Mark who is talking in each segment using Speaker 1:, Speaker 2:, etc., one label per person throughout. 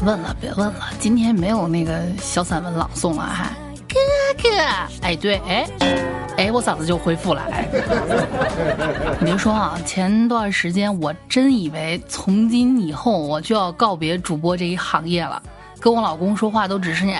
Speaker 1: 问了，别问了，今天没有那个小散文朗诵了哈。哥哥，哎对，哎我嗓子就恢复了。你别说啊，前段时间我真以为从今以后我就要告别主播这一行业了，跟我老公说话都只是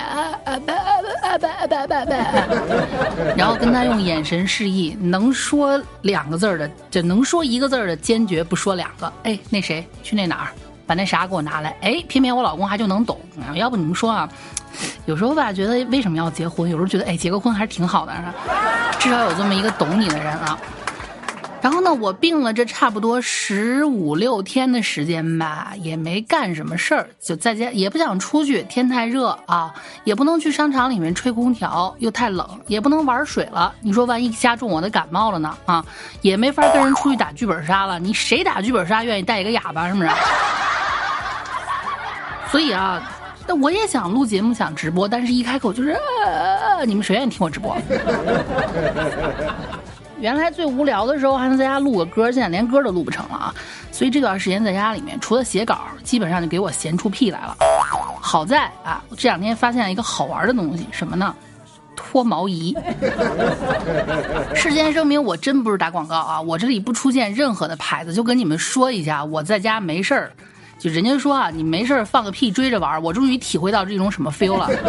Speaker 1: 然后跟他用眼神示意，能说2个字的就能说1个字的，坚决不说2个。哎，那谁去那哪儿把那啥给我拿来？哎，偏偏我老公还就能懂。要不你们说啊，有时候吧，觉得为什么要结婚？有时候觉得，哎，结个婚还是挺好的，至少有这么一个懂你的人啊。然后呢，我病了这差不多15、16天的时间吧，也没干什么事儿，就在家，也不想出去，天太热啊，也不能去商场里面吹空调，又太冷，也不能玩水了。你说万一加重我的感冒了呢？啊，也没法跟人出去打剧本杀了。你谁打剧本杀愿意带一个哑巴，是不是？所以啊，那我也想录节目，想直播，但是一开口就是，你们谁愿意听我直播？原来最无聊的时候还能在家录个歌，现在连歌都录不成了啊！所以这段时间在家里面，除了写稿，基本上就给我闲出屁来了。好在啊，这2天发现了一个好玩的东西，什么呢？脱毛仪。事先声明，我真不是打广告啊，我这里不出现任何的牌子，就跟你们说一下，我在家没事儿。就人家说啊，你没事放个屁追着玩，我终于体会到这种什么 feel 了。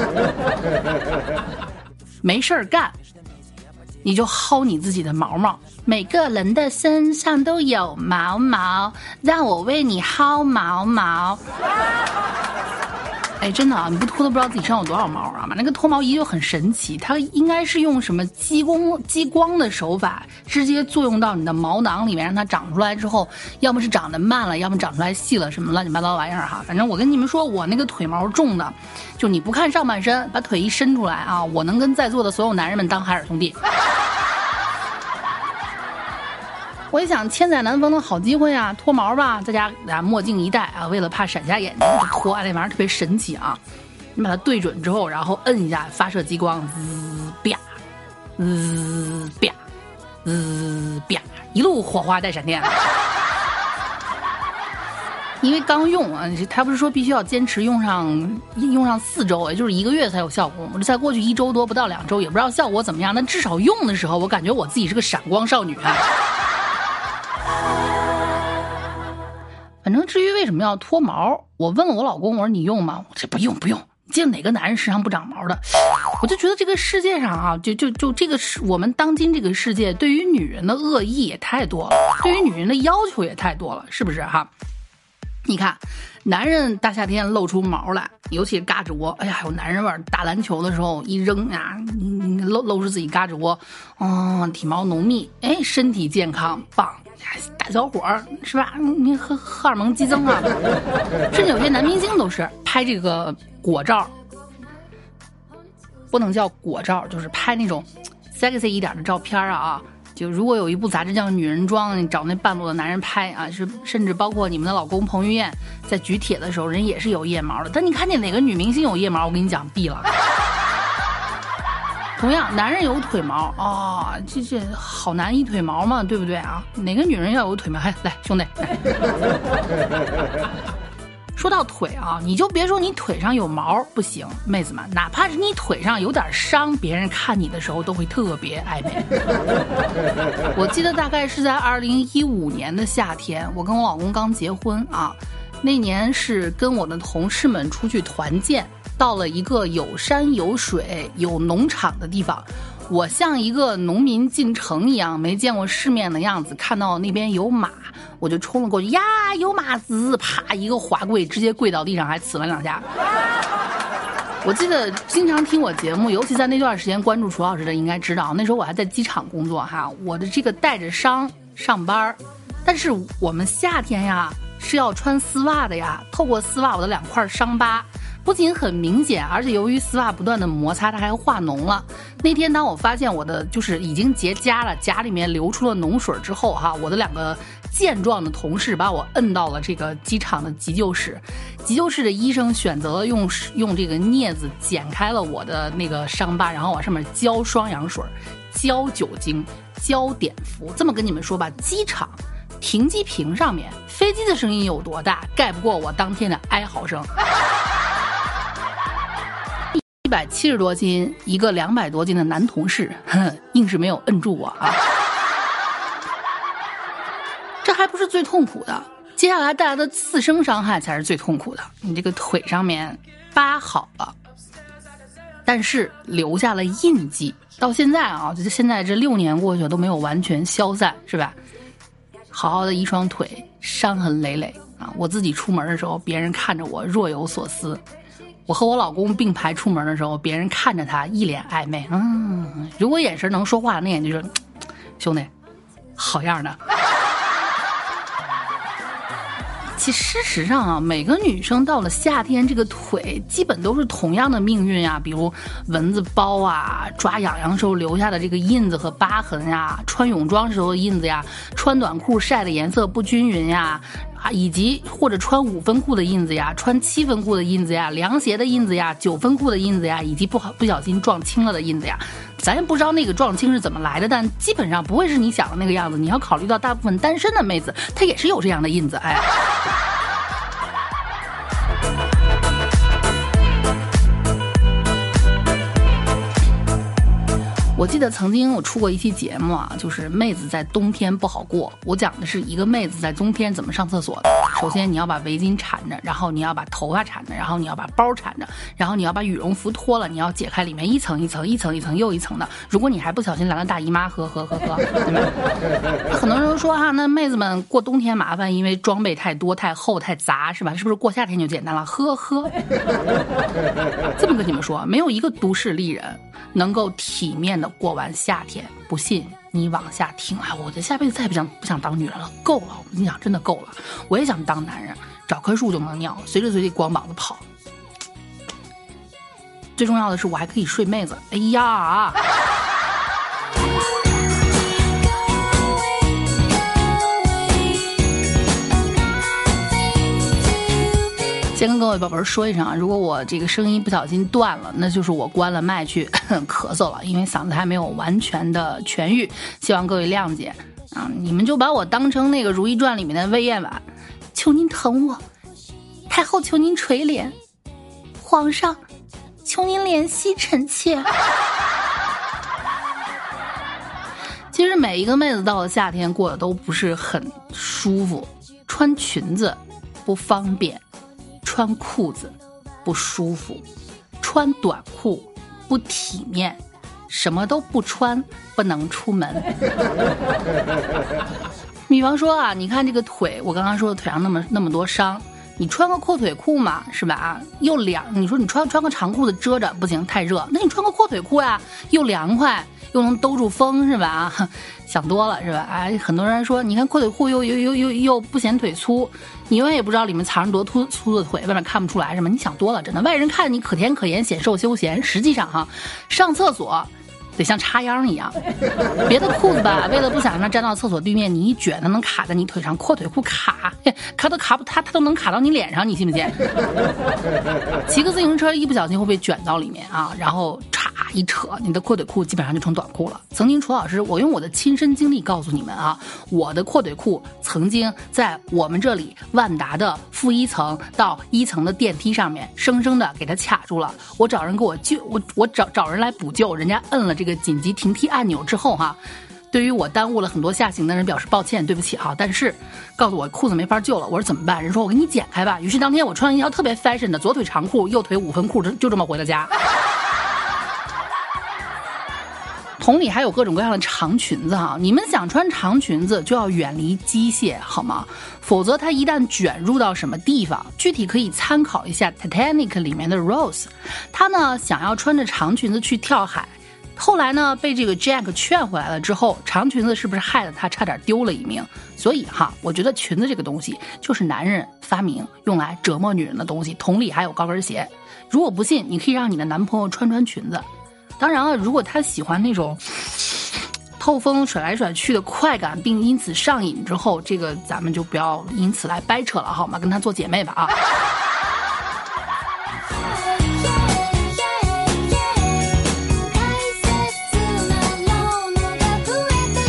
Speaker 1: 没事干，你就薅你自己的毛毛。每个人的身上都有毛毛，让我为你薅毛毛。哎，真的啊，你不脱都不知道自己身上有多少毛啊！那个脱毛仪就很神奇，它应该是用什么激光的手法，直接作用到你的毛囊里面，让它长出来之后，要么是长得慢了，要么长出来细了，什么乱七八糟玩意儿哈。反正我跟你们说，我那个腿毛重的，就你不看上半身，把腿一伸出来啊，我能跟在座的所有男人们当海尔兄弟。我一想，千载难逢的好机会啊，脱毛吧，在家墨镜一戴啊，为了怕闪瞎眼睛就脱，那玩意儿特别神奇啊！你把它对准之后，然后摁一下发射激光，滋啪，滋啪，滋啪，一路火花带闪电。因为刚用啊，他不是说必须要坚持用上4周，也就是1个月才有效果。我这才过去1周多，不到2周，也不知道效果怎么样。但至少用的时候，我感觉我自己是个闪光少女啊。反正至于为什么要脱毛，我问了我老公，我说你用吗？这不用，你见哪个男人身上不长毛的？我就觉得这个世界上啊，就这个我们当今这个世界，对于女人的恶意也太多了，对于女人的要求也太多了，是不是哈？你看，男人大夏天露出毛来，尤其是嘎吱窝，哎呀，有男人味儿。打篮球的时候一扔啊，露出自己嘎吱窝，体毛浓密，哎，身体健康，棒。大小伙儿是吧？你荷尔蒙激增啊！甚至有些男明星都是拍这个果照，不能叫果照，就是拍那种 sexy 一点的照片啊。就如果有一部杂志叫《女人装》，你找那半裸的男人拍啊，甚至包括你们的老公彭于晏在举铁的时候，人也是有腋毛的。但你看见哪个女明星有腋毛，我跟你讲毙了。同样，男人有腿毛啊，这好男一腿毛嘛，对不对啊？哪个女人要有腿毛？来，兄弟，来。说到腿啊，你就别说你腿上有毛不行，妹子们，哪怕是你腿上有点伤，别人看你的时候都会特别暧昧。我记得大概是在2015年的夏天，我跟我老公刚结婚啊，那年是跟我的同事们出去团建。到了一个有山有水有农场的地方，我像一个农民进城一样没见过世面的样子，看到那边有马，我就冲了过去呀，有马子，啪一个滑跪，直接跪到地上，还呲了2下。我记得经常听我节目，尤其在那段时间关注楚老师的应该知道，那时候我还在机场工作哈，我的这个带着伤上班，但是我们夏天呀是要穿丝袜的呀，透过丝袜我的2块伤疤不仅很明显，而且由于丝袜不断的摩擦，它还化脓了。那天当我发现我的就是已经结痂了，甲里面流出了脓水之后哈，我的2个健壮的同事把我摁到了这个机场的急救室。急救室的医生选择了用这个镊子剪开了我的那个伤疤，然后往上面浇双氧水、浇酒精、浇碘伏。这么跟你们说吧，机场停机坪上面飞机的声音有多大，盖不过我当天的哀嚎声。 170多斤，一个200多斤的男同事，硬是没有摁住我啊！这还不是最痛苦的，接下来带来的次生伤害才是最痛苦的。你这个腿上面疤好了，但是留下了印记，到现在啊，现在这6年过去了都没有完全消散，是吧？好好的一双腿，伤痕累累啊！我自己出门的时候，别人看着我若有所思；我和我老公并排出门的时候，别人看着他一脸暧昧。如果眼神能说话，那眼就是兄弟，好样的。其实事实上啊，每个女生到了夏天，这个腿基本都是同样的命运啊，比如蚊子包啊，抓痒痒时候留下的这个印子和疤痕呀，穿泳装时候的印子呀，穿短裤晒的颜色不均匀呀，以及或者穿5分裤的印子呀，穿7分裤的印子呀，凉鞋的印子呀，9分裤的印子呀，以及不小心撞青了的印子呀。咱也不知道那个撞青是怎么来的，但基本上不会是你想的那个样子。你要考虑到大部分单身的妹子，她也是有这样的印子，哎。我记得曾经我出过一期节目啊，就是妹子在冬天不好过。我讲的是一个妹子在冬天怎么上厕所的。首先你要把围巾缠着，然后你要把头发缠着，然后你要把包缠着，然后你要把羽绒服脱了，你要解开里面一层一层又一层的。如果你还不小心来了大姨妈，对吧？很多人都说那妹子们过冬天麻烦，因为装备太多、太厚、太杂，是吧？是不是过夏天就简单了？这么跟你们说，没有一个都市丽人能够体面的过完夏天。不信你往下听，我这下辈子再也不想当女人了，够了！我跟你讲，真的够了。我也想当男人，找棵树就能尿，随时随地光膀子跑。最重要的是，我还可以睡妹子。哎呀！先跟各位宝贝儿说一声啊，如果我这个声音不小心断了，那就是我关了麦去咳嗽了，因为嗓子还没有完全的痊愈，希望各位谅解啊！你们就把我当成那个《如懿传》里面的魏嬿婉，求您疼我，太后求您垂怜，皇上求您怜惜臣妾。其实每一个妹子到了夏天过得都不是很舒服，穿裙子不方便，穿裤子不舒服，穿短裤不体面，什么都不穿不能出门。比方说啊，你看这个腿，我刚刚说的腿上那么多伤，你穿个阔腿裤嘛，是吧？又凉，你说你穿个长裤子遮着不行，太热，那你穿个阔腿裤呀，又凉快又能兜住风，是吧？想多了是吧？很多人说，你看阔腿裤又不显腿粗，你永远也不知道里面藏着多粗的腿，外面看不出来是吗？你想多了，真的，外人看你可甜可盐，显瘦休闲，实际上上厕所得像插秧一样，别的裤子吧，为了不想让它沾到厕所地面，你一卷它能卡在你腿上，阔腿裤它都能卡到你脸上，你信不信？骑个自行车一不小心会被卷到里面啊，然后嚓一扯，你的阔腿裤基本上就成短裤了。曾经楚老师，我用我的亲身经历告诉你们啊，我的阔腿裤曾经在我们这里万达的负1层到1层的电梯上面生生的给它卡住了，我找人给我救，我找人来补救，人家摁了这个紧急停梯按钮之后对于我耽误了很多下行的人表示抱歉，对不起但是告诉我裤子没法救了，我说怎么办？人说我给你剪开吧。于是当天我穿了一条特别 fashion 的左腿长裤，右腿5分裤，就这么回了家。同理还有各种各样的长裙子你们想穿长裙子就要远离机械好吗？否则它一旦卷入到什么地方，具体可以参考一下 Titanic 里面的 Rose， 她呢想要穿着长裙子去跳海，后来呢被这个 Jack 劝回来了之后，长裙子是不是害得她差点丢了一命？所以我觉得裙子这个东西就是男人发明用来折磨女人的东西。同理还有高跟鞋，如果不信你可以让你的男朋友穿裙子，当然了，如果他喜欢那种透风甩来甩去的快感，并因此上瘾之后，这个咱们就不要因此来掰扯了好吗？跟他做姐妹吧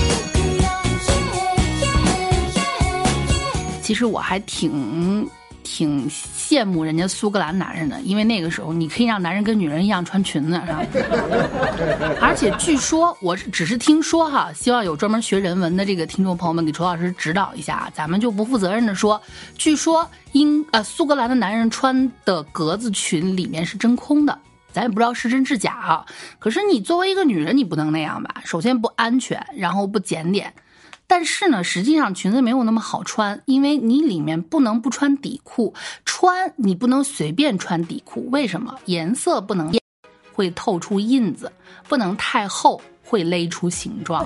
Speaker 1: 其实我还挺挺羡慕人家苏格兰男人的，因为那个时候你可以让男人跟女人一样穿裙子，是吧？而且据说，我只是听说哈，希望有专门学人文的这个听众朋友们给楚老师指导一下，咱们就不负责任的说，据说苏格兰的男人穿的格子裙里面是真空的。咱也不知道是真是假啊，可是你作为一个女人，你不能那样吧？首先不安全，然后不检点。但是呢，实际上裙子没有那么好穿，因为你里面不能不穿底裤，你不能随便穿底裤。为什么？颜色不能会透出印子，不能太厚会勒出形状。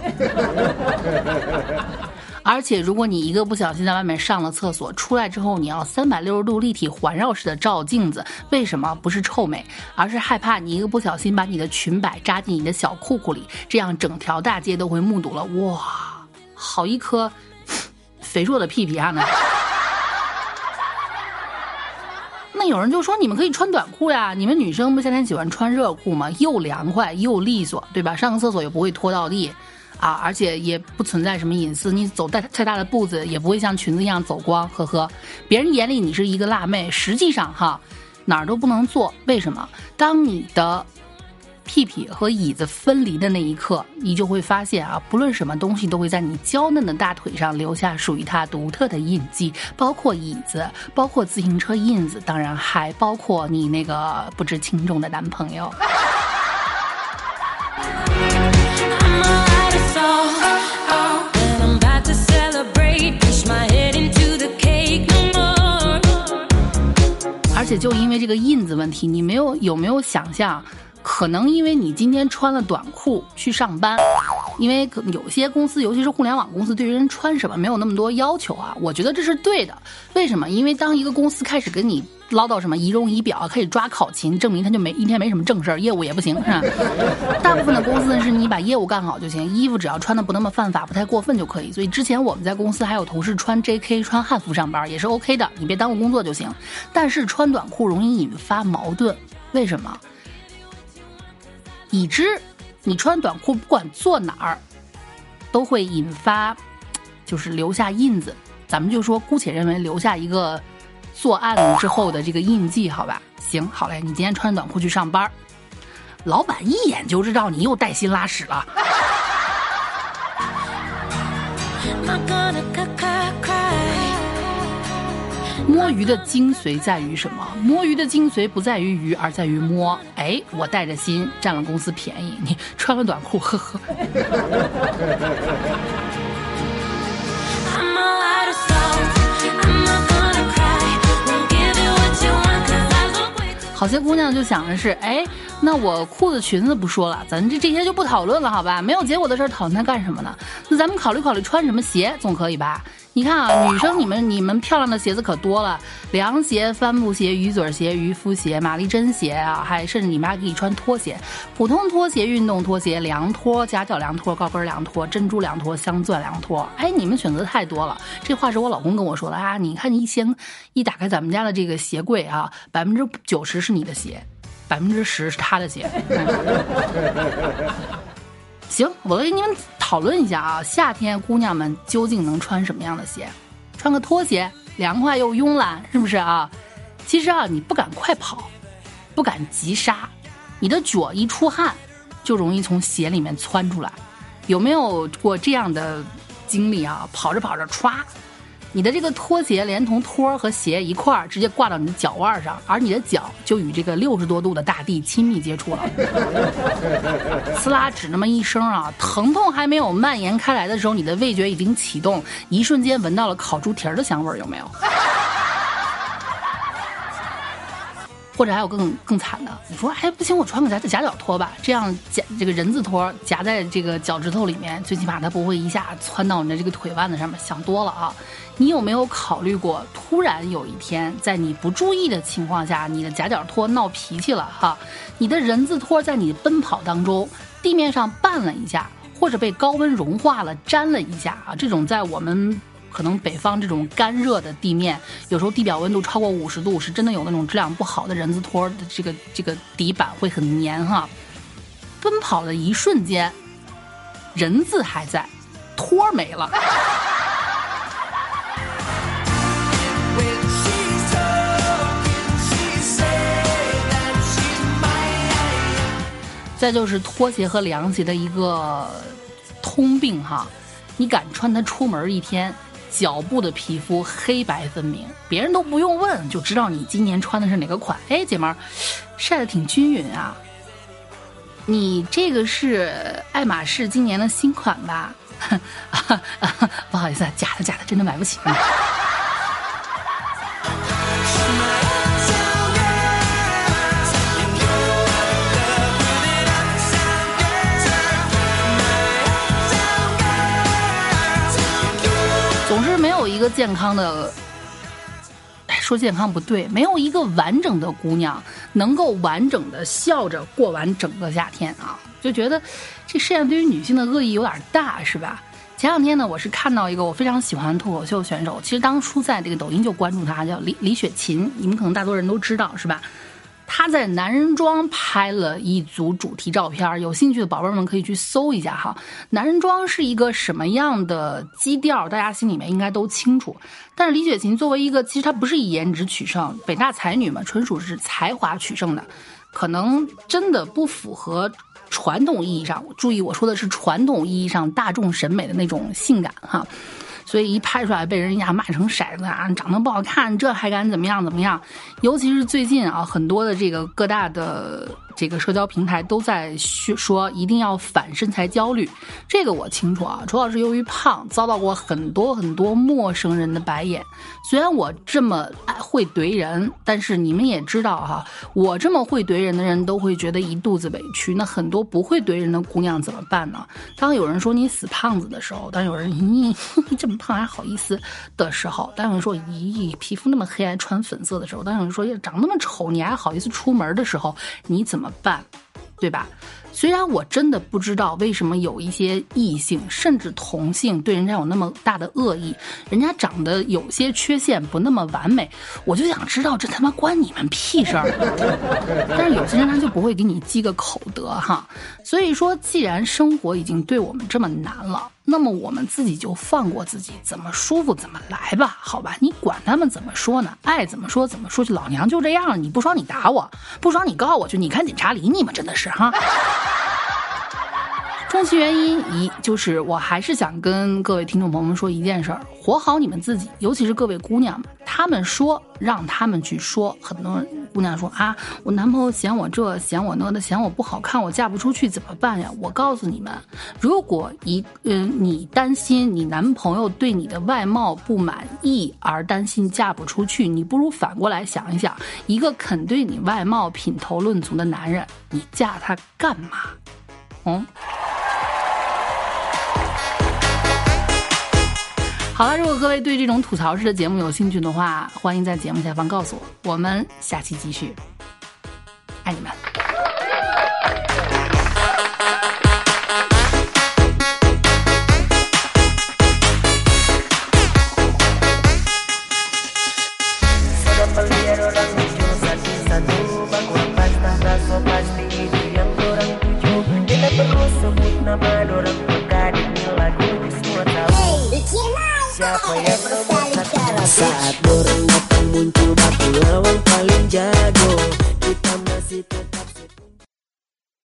Speaker 1: 而且如果你一个不小心在外面上了厕所，出来之后你要360度立体环绕式的照镜子，为什么？不是臭美，而是害怕你一个不小心把你的裙摆扎进你的小裤裤里，这样整条大街都会目睹了。哇，好一颗肥硕的屁屁啊！那有人就说，你们可以穿短裤呀，你们女生不夏天喜欢穿热裤吗？又凉快又利索，对吧？上个厕所也不会拖到地啊，而且也不存在什么隐私，你走太大的步子也不会像裙子一样走光，呵呵。别人眼里你是一个辣妹，实际上哈哪儿都不能坐。为什么？当你的屁屁和椅子分离的那一刻，你就会发现啊，不论什么东西都会在你娇嫩的大腿上留下属于它独特的印记，包括椅子，包括自行车印子，当然还包括你那个不知轻重的男朋友。而且就因为这个印子问题，你有没有想象，可能因为你今天穿了短裤去上班，因为有些公司，尤其是互联网公司，对于人穿什么没有那么多要求啊，我觉得这是对的。为什么？因为当一个公司开始跟你唠叨什么仪容仪表，开始抓考勤，证明他就一天没什么正事儿，业务也不行，是吧？大部分的公司是你把业务干好就行，衣服只要穿的不那么犯法，不太过分就可以。所以之前我们在公司还有同事穿 JK 穿汉服上班也是 OK 的，你别耽误工作就行。但是穿短裤容易引发矛盾，为什么？已知你穿短裤不管坐哪儿都会引发就是留下印子，咱们就说姑且认为留下一个作案之后的这个印记，好吧？行，好嘞，你今天穿短裤去上班，老板一眼就知道你又带薪拉屎了。摸鱼的精髓在于什么？摸鱼的精髓不在于鱼，而在于摸。哎，我带着心占了公司便宜，你穿了短裤，呵呵。好些姑娘就想的是，哎，那我裤子裙子不说了，咱这些就不讨论了，好吧？没有结果的事讨论它干什么呢？那咱们考虑考虑穿什么鞋总可以吧？你看啊，女生你们漂亮的鞋子可多了，凉鞋、帆布鞋、鱼嘴鞋、渔夫鞋、玛丽珍鞋啊，还甚至你妈可以穿拖鞋，普通拖鞋、运动拖鞋、凉拖、夹脚凉拖、高跟凉拖、珍珠凉拖、镶钻凉拖，哎，你们选择太多了。这话是我老公跟我说的啊，你看你一打开咱们家的这个鞋柜啊，90%是你的鞋，10%是他的鞋。行，我跟你们讨论一下啊，夏天姑娘们究竟能穿什么样的鞋？穿个拖鞋，凉快又慵懒，是不是啊？其实啊，你不敢快跑，不敢急刹，你的脚一出汗，就容易从鞋里面窜出来。有没有过这样的经历啊？跑着跑着，歘，你的这个拖鞋连同拖和鞋一块儿直接挂到你的脚腕上，而你的脚就与这个60多度的大地亲密接触了。呲啦，只那么一声啊，疼痛还没有蔓延开来的时候，你的味觉已经启动，一瞬间闻到了烤猪蹄儿的香味，有没有？或者还有更惨的，你说哎不行，我穿个夹脚拖吧，这样这个人字拖夹在这个脚趾头里面，最起码它不会一下窜到你的这个腿腕子上面。想多了啊！你有没有考虑过，突然有一天在你不注意的情况下，你的夹脚拖闹脾气了哈？你的人字拖在你奔跑当中地面上绊了一下，或者被高温融化了粘了一下啊，这种在我们可能北方这种干热的地面，有时候地表温度超过50度，是真的有那种质量不好的人字拖的这个底板会很黏哈。奔跑的一瞬间，人字还在，拖没了。 再就是拖鞋和凉鞋的一个通病哈，你敢穿它出门一天，脚部的皮肤黑白分明，别人都不用问就知道你今年穿的是哪个款。哎，姐们儿，晒得挺均匀啊。你这个是爱马仕今年的新款吧？不好意思啊，假的，真的买不起。总是没有一个健康的，说健康不对，没有一个完整的姑娘能够完整的笑着过完整个夏天啊，就觉得这世界对于女性的恶意有点大，是吧？前两天呢，我是看到一个我非常喜欢的脱口秀选手，其实当初在这个抖音就关注他，叫李雪琴，你们可能大多人都知道，是吧？他在男人装拍了一组主题照片，有兴趣的宝贝们可以去搜一下哈。男人装是一个什么样的基调，大家心里面应该都清楚。但是李雪琴作为一个，其实她不是以颜值取胜，北大才女嘛，纯属是才华取胜的，可能真的不符合传统意义上，注意我说的是传统意义上大众审美的那种性感哈。所以一拍出来被人家骂成骰子啊，长得不好看，这还敢怎么样？尤其是最近啊，很多的这个各大的这个社交平台都在说一定要反身材焦虑。这个我清楚啊，主要是由于胖遭到过很多陌生人的白眼。虽然我这么会怼人，但是你们也知道哈，我这么会怼人的人都会觉得一肚子委屈。那很多不会怼人的姑娘怎么办呢？当有人说你死胖子的时候，当有人你这么胖还好意思的时候，当有人说咦皮肤那么黑还穿粉色的时候，当有人说长那么丑你还好意思出门的时候，你怎么办？对吧？虽然我真的不知道为什么有一些异性甚至同性对人家有那么大的恶意，人家长得有些缺陷不那么完美，我就想知道这他妈关你们屁事儿。但是有些人他就不会给你积个口德哈。所以说既然生活已经对我们这么难了，那么我们自己就放过自己，怎么舒服怎么来吧，好吧？你管他们怎么说呢？爱怎么说怎么说去，老娘就这样了。你不爽你打我，不爽你告我去，你看警察理你们，真的是哈。终其原因一，就是我还是想跟各位听众朋友们说一件事儿，活好你们自己，尤其是各位姑娘们，他们说让他们去说。很多姑娘说啊，我男朋友嫌我这嫌我那的，嫌我不好看，我嫁不出去怎么办呀？我告诉你们，如果你担心你男朋友对你的外貌不满意而担心嫁不出去，你不如反过来想一想，一个肯对你外貌品头论足的男人，你嫁他干嘛？好了，如果各位对这种吐槽式的节目有兴趣的话，欢迎在节目下方告诉我，我们下期继续，爱你们。
Speaker 2: Saat dorang datang muncul batu lawang paling jago, kita masih tetap